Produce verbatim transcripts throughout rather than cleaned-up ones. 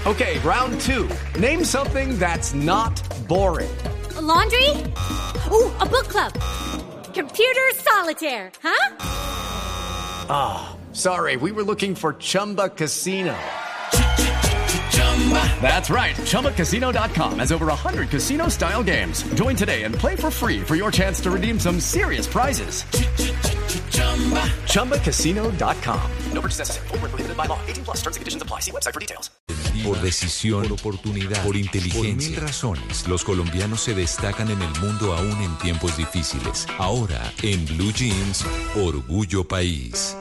Okay, round two. Name something that's not boring. A laundry? Ooh, a book club. Computer solitaire, huh? Ah, oh, sorry, we were looking for Chumba Casino. That's right, Chumba Casino dot com has over one hundred casino-style games. Join today and play for free for your chance to redeem some serious prizes. Chumba Casino dot com. No purchase necessary. Void where prohibited by law. eighteen plus terms and conditions apply. See website for details. Por decisión, por oportunidad, por inteligencia, por mil razones, los colombianos se destacan en el mundo aún en tiempos difíciles. Ahora, en Blue Jeans, Orgullo País.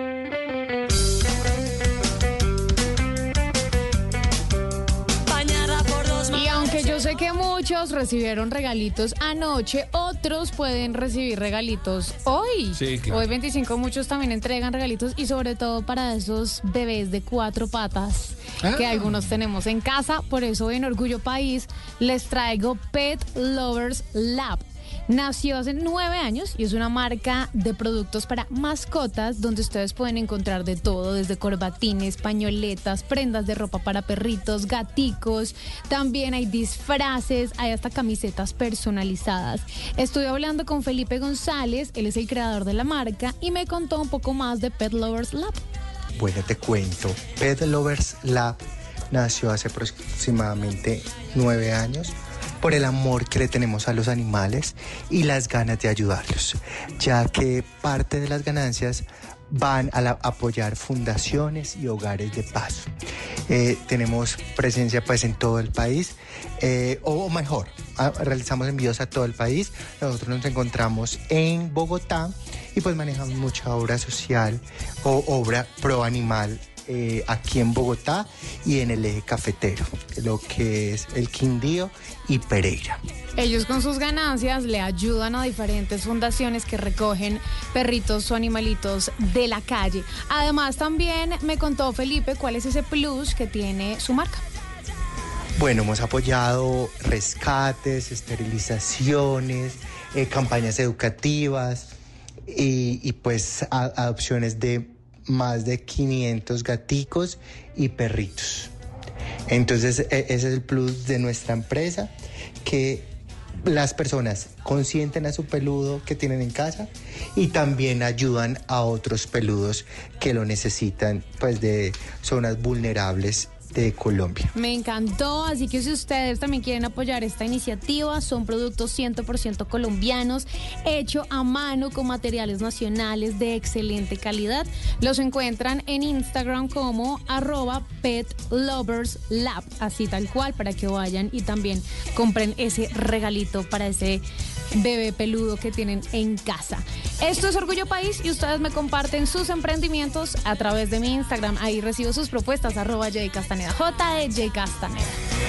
Yo sé que muchos recibieron regalitos anoche, otros pueden recibir regalitos hoy. Sí, claro. Hoy veinticinco muchos también entregan regalitos y sobre todo para esos bebés de cuatro patas ah. que algunos tenemos en casa. Por eso hoy en Orgullo País les traigo Pet Lovers Lab. Nació hace nueve años y es una marca de productos para mascotas donde ustedes pueden encontrar de todo, desde corbatines, pañoletas, prendas de ropa para perritos, gaticos, también hay disfraces, hay hasta camisetas personalizadas. Estuve hablando con Felipe González, él es el creador de la marca y me contó un poco más de Pet Lovers Lab. Bueno, te cuento, Pet Lovers Lab nació hace aproximadamente nueve años. Por el amor que le tenemos a los animales y las ganas de ayudarlos, ya que parte de las ganancias van a la, apoyar fundaciones y hogares de paso. Eh, tenemos presencia pues en todo el país, eh, o mejor, a, realizamos envíos a todo el país. Nosotros nos encontramos en Bogotá y pues manejamos mucha obra social o obra pro animal Eh, aquí en Bogotá y en el eje cafetero, lo que es el Quindío y Pereira. Ellos con sus ganancias le ayudan a diferentes fundaciones que recogen perritos o animalitos de la calle. Además también me contó Felipe cuál es ese plus que tiene su marca. Bueno, hemos apoyado rescates, esterilizaciones, eh, campañas educativas y, y pues a, adopciones de más de quinientos gaticos y perritos. Entonces, ese es el plus de nuestra empresa, que las personas consienten a su peludo que tienen en casa y también ayudan a otros peludos que lo necesitan, pues de zonas vulnerables de Colombia. Me encantó, así que si ustedes también quieren apoyar esta iniciativa, son productos cien por ciento colombianos, hecho a mano con materiales nacionales de excelente calidad. Los encuentran en Instagram como arroba Pet Lovers Lab, así tal cual, para que vayan y también compren ese regalito para ese bebé peludo que tienen en casa. Esto es Orgullo País y ustedes me comparten sus emprendimientos a través de mi Instagram. Ahí recibo sus propuestas, arroba J Castaneda, J E J Castaneda.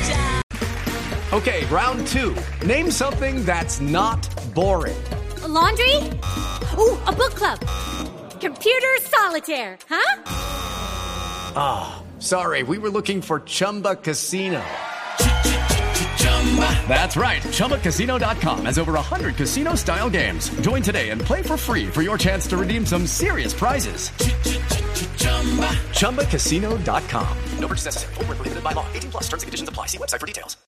Okay, round two. Name something that's not boring. A laundry? Ooh, a book club. Computer solitaire, huh? Ah, oh, sorry, we were looking for Chumba Casino. That's right, Chumba Casino dot com has over one hundred casino-style games. Join today and play for free for your chance to redeem some serious prizes. Chumba Casino dot com. No purchase necessary. Void where prohibited by law. eighteen plus terms and conditions apply. See website for details.